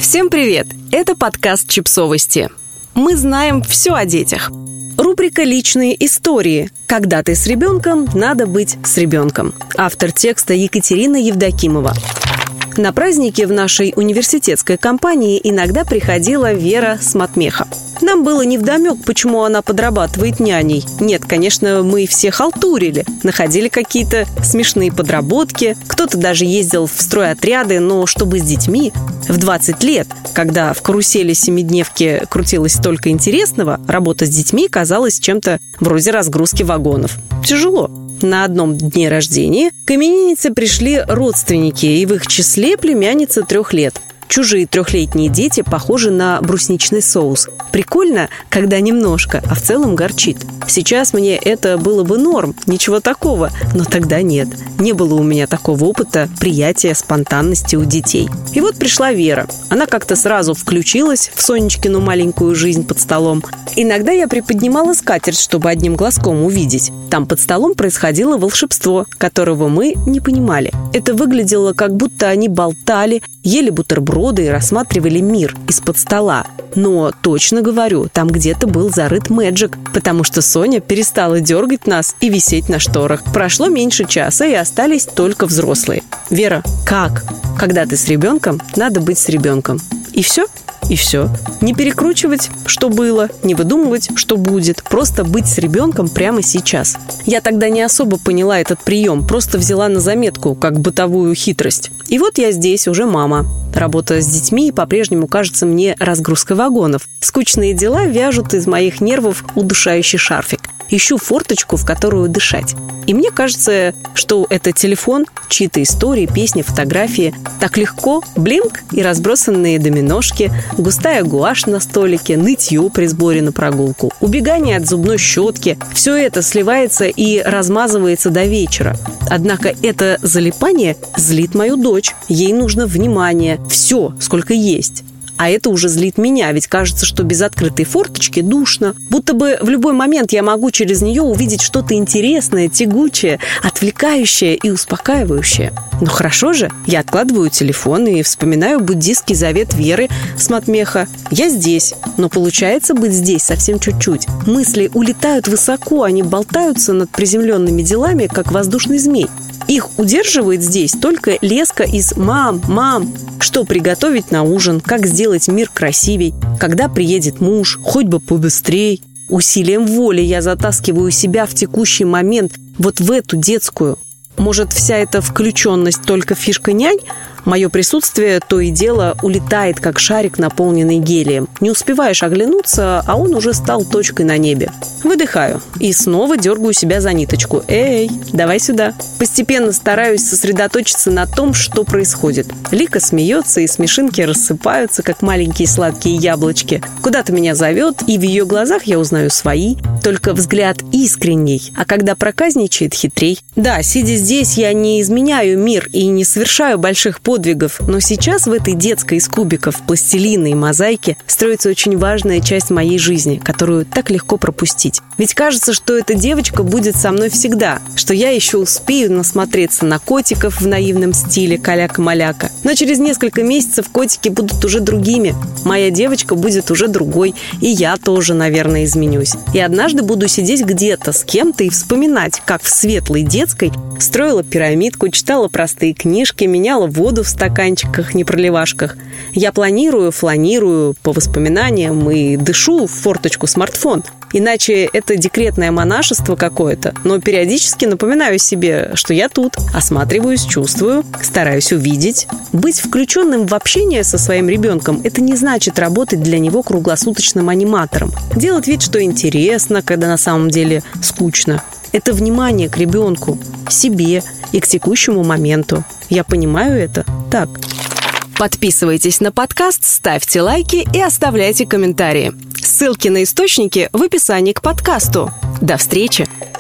Всем привет! Это подкаст «Чипсовости». Мы знаем все о детях. Рубрика «Личные истории». Когда ты с ребенком, надо быть с ребенком. Автор текста Екатерина Евдокимова. На праздники в нашей университетской компании иногда приходила Вера с Матмеха. Нам было невдомек, почему она подрабатывает няней. Нет, конечно, мы все халтурили, находили какие-то смешные подработки. Кто-то даже ездил в стройотряды, но чтобы с детьми. В 20 лет, когда в карусели семидневки крутилось столько интересного, работа с детьми казалась чем-то вроде разгрузки вагонов. Тяжело. На одном дне рождения к имениннице пришли родственники, и в их числе племянница 3 лет. Чужие 3-летние дети похожи на брусничный соус. Прикольно, когда немножко, а в целом горчит. Сейчас мне это было бы норм, ничего такого, но тогда нет. Не было у меня такого опыта приятия спонтанности у детей. И вот пришла Вера. Она как-то сразу включилась в Сонечкину маленькую жизнь под столом. Иногда я приподнимала скатерть, чтобы одним глазком увидеть. Там под столом происходило волшебство, которого мы не понимали. Это выглядело, как будто они болтали, ели бутерброды и рассматривали мир из-под стола. Но точно говорю, там где-то был зарыт мэджик, потому что Соня перестала дергать нас и висеть на шторах. Прошло меньше часа, и остались только взрослые. Вера, как? Когда ты с ребенком, надо быть с ребенком. И все? И все. Не перекручивать, что было, не выдумывать, что будет. Просто быть с ребенком прямо сейчас. Я тогда не особо поняла этот прием, просто взяла на заметку, как бытовую хитрость. И вот я здесь, уже мама. Работа с детьми по-прежнему кажется мне разгрузкой вагонов. Скучные дела вяжут из моих нервов удушающий шарфик. Ищу форточку, в которую дышать. И мне кажется, что это телефон, чьи-то истории, песни, фотографии. Так легко, блинк и разбросанные доминошки, густая гуашь на столике, нытье при сборе на прогулку, убегание от зубной щетки. Все это сливается и размазывается до вечера. Однако это залипание злит мою дочь. Ей нужно внимание. Все, сколько есть. А это уже злит меня, ведь кажется, что без открытой форточки душно. Будто бы в любой момент я могу через нее увидеть что-то интересное, тягучее, отвлекающее и успокаивающее. Но хорошо же, я откладываю телефон и вспоминаю буддистский завет Веры с Матмеха. Я здесь, но получается быть здесь совсем чуть-чуть. Мысли улетают высоко, они болтаются над приземленными делами, как воздушный змей. Их удерживает здесь только леска из «мам, мам». Что приготовить на ужин, как сделать мир красивей, когда приедет муж, хоть бы побыстрей. Усилием воли я затаскиваю себя в текущий момент, вот в эту детскую. Может, вся эта включенность только фишка нянь? Мое присутствие то и дело улетает, как шарик, наполненный гелием. Не успеваешь оглянуться, а он уже стал точкой на небе. Выдыхаю и снова дергаю себя за ниточку. «Эй, давай сюда». Постепенно стараюсь сосредоточиться на том, что происходит. Лика смеется, и смешинки рассыпаются, как маленькие сладкие яблочки. Куда-то меня зовет, и в ее глазах я узнаю свои. Только взгляд искренний, а когда проказничает, хитрей. Да, сидя здесь, я не изменяю мир и не совершаю больших подвигов, но сейчас в этой детской из кубиков, пластилина и мозаики строится очень важная часть моей жизни, которую так легко пропустить. Ведь кажется, что эта девочка будет со мной всегда, что я еще успею насмотреться на котиков в наивном стиле каляка-маляка. Но через несколько месяцев котики будут уже другими, моя девочка будет уже другой, и я тоже, наверное, изменюсь. И однажды буду сидеть где-то с кем-то и вспоминать, как в светлой детской строила пирамидку, читала простые книжки, меняла воду в стаканчиках-непроливашках. Я планирую по воспоминаниям и дышу в форточку смартфон. Иначе это декретное монашество какое-то. Но периодически напоминаю себе, что я тут, осматриваюсь, чувствую, стараюсь увидеть. Быть включенным в общение со своим ребенком – это не значит работать для него круглосуточным аниматором. Делать вид, что интересно, когда на самом деле скучно. Это внимание к ребенку, себе и к текущему моменту. Я понимаю это так. Подписывайтесь на подкаст, ставьте лайки и оставляйте комментарии. Ссылки на источники в описании к подкасту. До встречи!